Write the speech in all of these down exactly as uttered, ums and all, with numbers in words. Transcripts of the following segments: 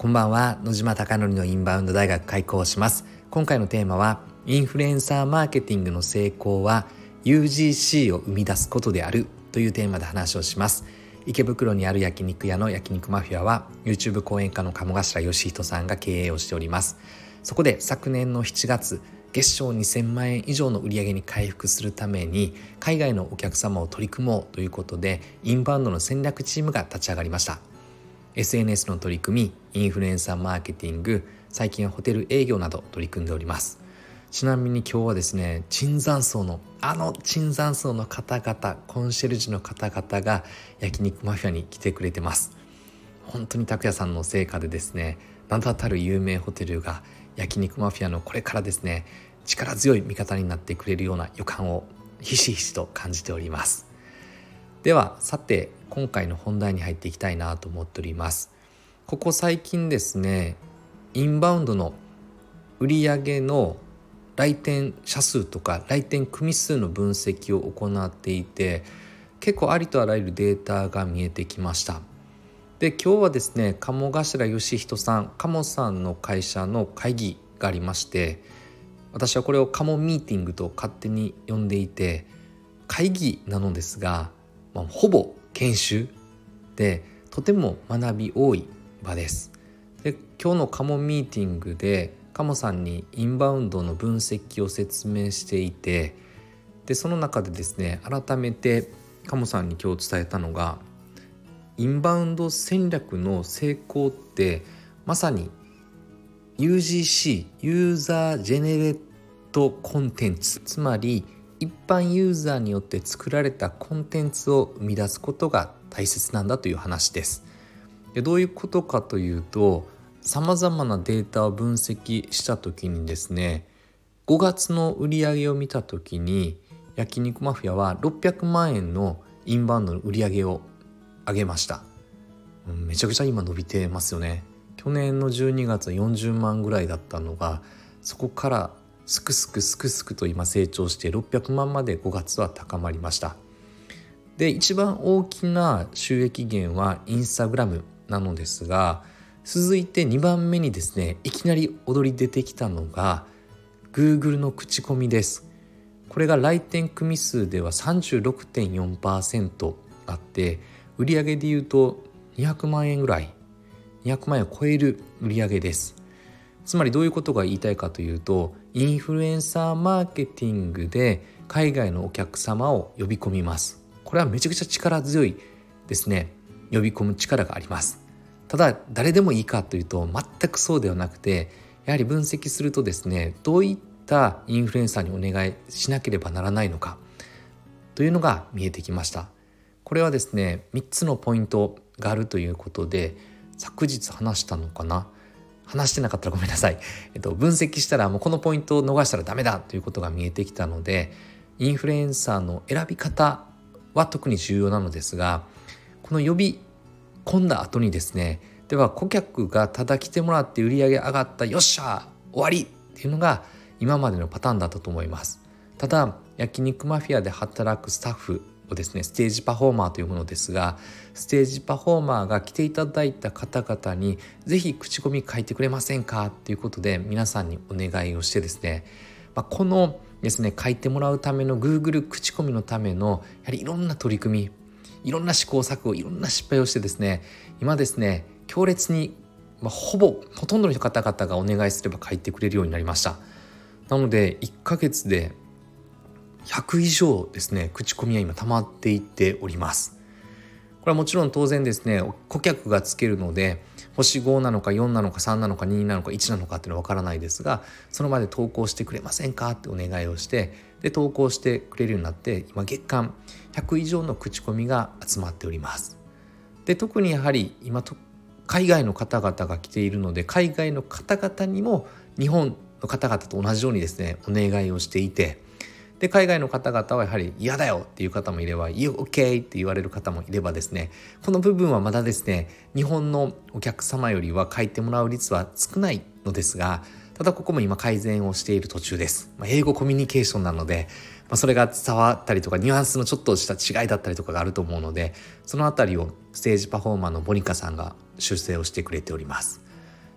こんばんは。野島貴則のインバウンド大学開講します。今回のテーマはインフルエンサーマーケティングの成功は ユージーシー を生み出すことであるというテーマで話をします。池袋にある焼肉屋の焼肉マフィアは YouTube 講演家の鴨頭義人さんが経営をしております。そこで昨年のしちがつ、月商にせんまんえん以上の売上に回復するために海外のお客様を取り組もうということでインバウンドの戦略チームが立ち上がりました。 エスエヌエス の取り組み、インフルエンサーマーケティング、最近はホテル営業など取り組んでおります。ちなみに今日はですね、椿山荘のあの椿山荘の方々、コンシェルジュの方々が焼肉マフィアに来てくれてます。本当に拓也さんの成果でですね、名だたる有名ホテルが焼肉マフィアのこれからですね、力強い味方になってくれるような予感をひしひしと感じております。ではさて、今回の本題に入っていきたいなと思っております。ここ最近ですね、インバウンドの売上の来店者数とか来店組数の分析を行っていて、結構ありとあらゆるデータが見えてきました。で、今日はですね、鴨頭義人さん、鴨さんの会社の会議がありまして、私はこれを鴨ミーティングと勝手に呼んでいて、会議なのですが、まあ、ほぼ研修でとても学び多い場です。で、今日の鴨ミーティングで鴨さんにインバウンドの分析を説明していて、でその中でですね、改めて鴨さんに今日伝えたのが、インバウンド戦略の成功ってまさに ユージーシー ユーザージェネレートコンテンツ、つまり一般ユーザーによって作られたコンテンツを生み出すことが大切なんだという話です。で、どういうことかというと、さまざまなデータを分析したときにですね、ごがつの売上を見たときに焼肉マフィアはろっぴゃくまんえんのインバウンドの売上を上げました。めちゃくちゃ今伸びてますよね。去年のじゅうにがつはよんじゅうまんぐらいだったのが、そこからすくすくすくすくと今成長してろっぴゃくまんまでごがつは高まりました。で、一番大きな収益源はインスタグラムなのですが、続いてにばんめにですね、いきなり踊り出てきたのが Google の口コミです。これが来店組数では さんじゅうろくてんよんパーセント あって、売上でいうとにひゃくまんえんぐらい、にひゃくまんえんを超える売上です。つまりどういうことが言いたいかというと、インフルエンサーマーケティングで海外のお客様を呼び込みます。これはめちゃくちゃ力強いですね。呼び込む力があります。ただ誰でもいいかというと全くそうではなくて、やはり分析するとですね、どういったインフルエンサーにお願いしなければならないのかというのが見えてきました。これはですね、みっつのポイントがあるということで、昨日話したのかな、話してなかったらごめんなさい、えっと、分析したらもうこのポイントを逃したらダメだということが見えてきたので、インフルエンサーの選び方は特に重要なのですが、この呼び込んだ後にですね、では顧客がただ来てもらって売り上げ上がった、よっしゃ終わりっていうのが今までのパターンだったと思います。ただ焼肉マフィアで働くスタッフをですね、ステージパフォーマーというものですが、ステージパフォーマーが来ていただいた方々にぜひ口コミ書いてくれませんかということで皆さんにお願いをしてですね、まあ、このですね、書いてもらうための Google 口コミのためのやはりいろんな取り組み、いろんな試行錯誤、いろんな失敗をしてですね、今ですね、強烈に、まあ、ほぼほとんどの方々がお願いすれば書いてくれるようになりました。なのでいっかげつでひゃく以上ですね、口コミは今溜まっていっております。これはもちろん当然ですね、顧客がつけるので星ごなのかよんなのかさんなのかになのかいちなのかっていうのは分からないですが、その場で投稿してくれませんかってお願いをして、で投稿してくれるようになって、今月間ひゃく以上の口コミが集まっております。で、特にやはり今と海外の方々が来ているので、海外の方々にも日本の方々と同じようにですね、お願いをしていて、で海外の方々はやはり嫌だよっていう方もいれば、いい OK って言われる方もいればですね、この部分はまだですね、日本のお客様よりは書いてもらう率は少ないのですが、ただここも今改善をしている途中です。まあ、英語コミュニケーションなので、まあ、それが伝わったりとかニュアンスのちょっとした違いだったりとかがあると思うので、そのあたりをステージパフォーマーのボニカさんが修正をしてくれております。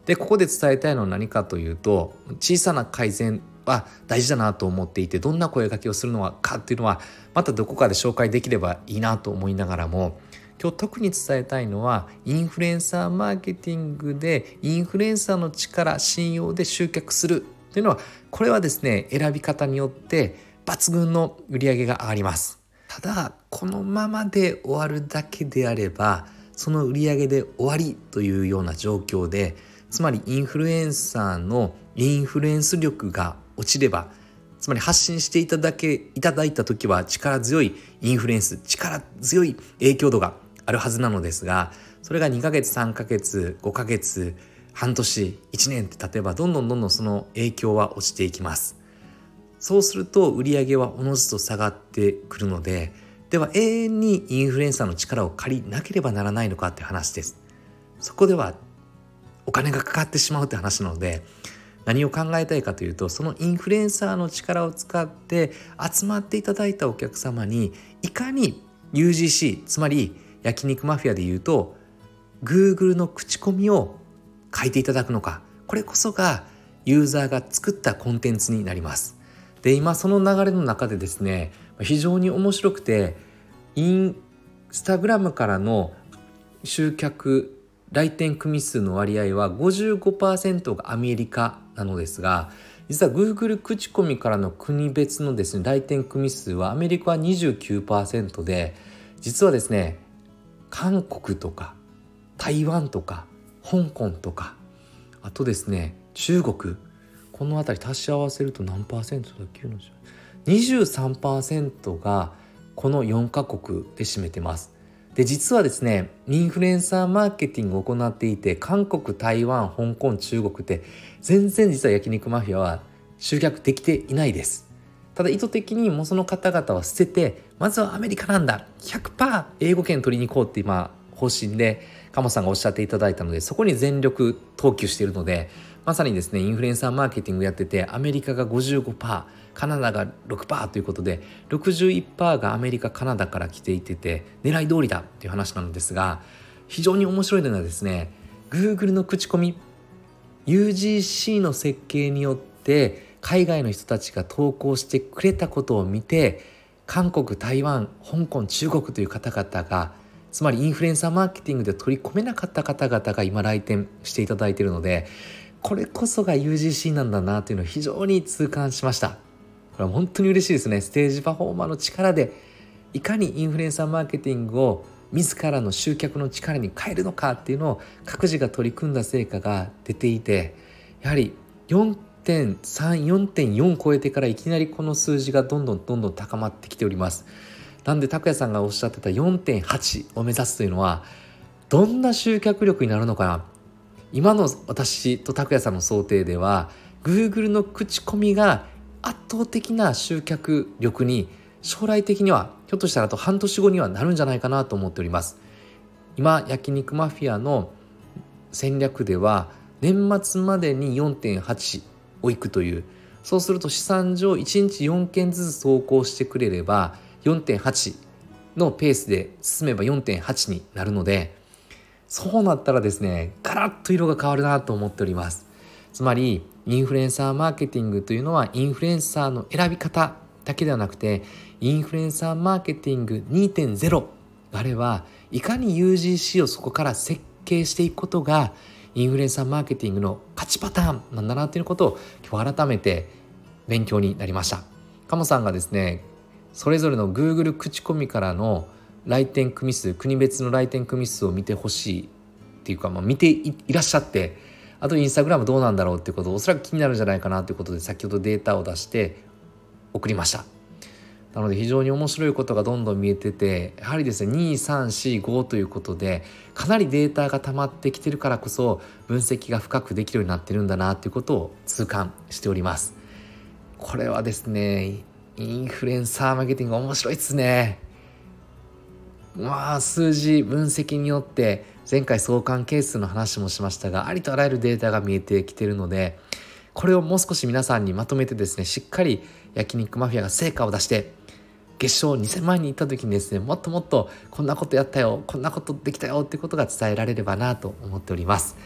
でここで伝えたいのは何かというと、小さな改善は大事だなと思っていて、どんな声掛けをするのかっていうのはまたどこかで紹介できればいいなと思いながらも、今日特に伝えたいのはインフルエンサーマーケティングでインフルエンサーの力、信用で集客するというのは、これはですね選び方によって抜群の売り上げが上がります。ただこのままで終わるだけであればその売り上げで終わりというような状況で、つまりインフルエンサーのインフルエンス力が落ちれば、つまり発信していただけいただいた時は力強いインフルエンス、力強い影響度があるはずなのですが、それがにかげつ、さんかげつ、ごかげつ、半年、いちねんって例えばどんどんどんどんその影響は落ちていきます。そうすると売り上げはおのずと下がってくるので、では永遠にインフルエンサーの力を借りなければならないのかって話です。そこではお金がかかってしまうって話なので、何を考えたいかというと、そのインフルエンサーの力を使って集まっていただいたお客様にいかに ユージーシー、 つまり焼肉マフィアでいうと Google の口コミを書いていただくのか、これこそがユーザーが作ったコンテンツになります。で今その流れの中でですね、非常に面白くて、インスタグラムからの集客来店組数の割合は ごじゅうごパーセント がアメリカなのですが、実は Google 口コミからの国別のですね来店組数はアメリカは にじゅうきゅうパーセント で、実はですね韓国とか台湾とか香港とか、あとですね中国、このあたり足し合わせると何パーセントだっけ、にじゅうさんパーセント がこのよんカ国で占めてます。で実はですねインフルエンサーマーケティングを行っていて、韓国、台湾、香港、中国って全然実は焼肉マフィアは集客できていないです。ただ意図的にもうその方々は捨てて、まずはアメリカなんだ ひゃくパーセント 英語圏取りに行こうって今方針で鴨さんがおっしゃっていただいたので、そこに全力投球しているので、まさにですねインフルエンサーマーケティングやってて、アメリカが ごじゅうごパーセント、カナダが ろくパーセント ということで ろくじゅういちパーセント がアメリカ、カナダから来ていてて狙い通りだっていう話なんですが、非常に面白いのがですね Google の口コミ ユージーシー の設計によって海外の人たちが投稿してくれたことを見て、韓国、台湾、香港、中国という方々が、つまりインフルエンサーマーケティングで取り込めなかった方々が今来店していただいているので、これこそが ユージーシー なんだなというのを非常に痛感しました。これは本当に嬉しいですね。ステージパフォーマーの力でいかにインフルエンサーマーケティングを自らの集客の力に変えるのかっていうのを各自が取り組んだ成果が出ていて、やはり よんてんさん、よんてんよん 超えてからいきなりこの数字がどんどんどんどん高まってきております。なんで拓也さんがおっしゃってた よんてんはち を目指すというのはどんな集客力になるのかな。今の私と拓也さんの想定では Google の口コミが圧倒的な集客力に将来的にはひょっとしたらあと半年後にはなるんじゃないかなと思っております。今焼肉マフィアの戦略では年末までに よんてんはち をいくという、そうすると試算上いちにちよんけんずつ投稿してくれれば よんてんはち のペースで進めば よんてんはち になるので、そうなったらですねガラッと色が変わるなと思っております。つまりインフルエンサーマーケティングというのはインフルエンサーの選び方だけではなくて、インフルエンサーマーケティング にてんゼロ があればいかに ユージーシー をそこから設計していくことがインフルエンサーマーケティングの勝ちパターンなんだなということを今日改めて勉強になりました。鴨さんがですねそれぞれの Google 口コミからの来店組数、国別の来店組数を見てほしいっていうか、まあ、見て い, いらっしゃって、あとインスタグラムどうなんだろうっていうことをおそらく気になるんじゃないかなということで先ほどデータを出して送りました。なので非常に面白いことがどんどん見えてて、やはりですねに、さん、し、ごということでかなりデータが溜まってきてるからこそ分析が深くできるようになってるんだなということを痛感しております。これはですねインフルエンサーマーケティング面白いですね。まあ数字分析によって前回相関係数の話もしましたが、ありとあらゆるデータが見えてきているので、これをもう少し皆さんにまとめてですねしっかり焼肉マフィアが成果を出して月賞にせんまんに行った時にですねもっともっとこんなことやったよ、こんなことできたよっていうことが伝えられればなと思っております。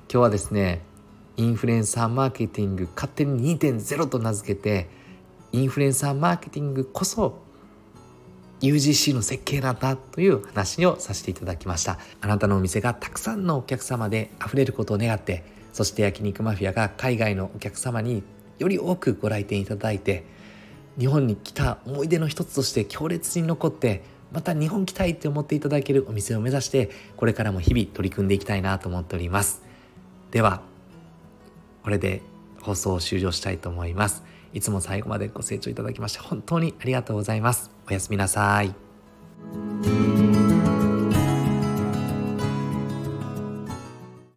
今日はですね、インフルエンサーマーケティング勝手に にてんゼロ と名付けて、インフルエンサーマーケティングこそ ユージーシー の設計なんだという話をさせていただきました。あなたのお店がたくさんのお客様で溢れることを願って、そして焼肉マフィアが海外のお客様により多くご来店いただいて、日本に来た思い出の一つとして強烈に残って、また日本来たいって思っていただけるお店を目指して、これからも日々取り組んでいきたいなと思っております。ではこれで放送を終了したいと思います。いつも最後までご清聴いただきまして本当にありがとうございます。おやすみなさい。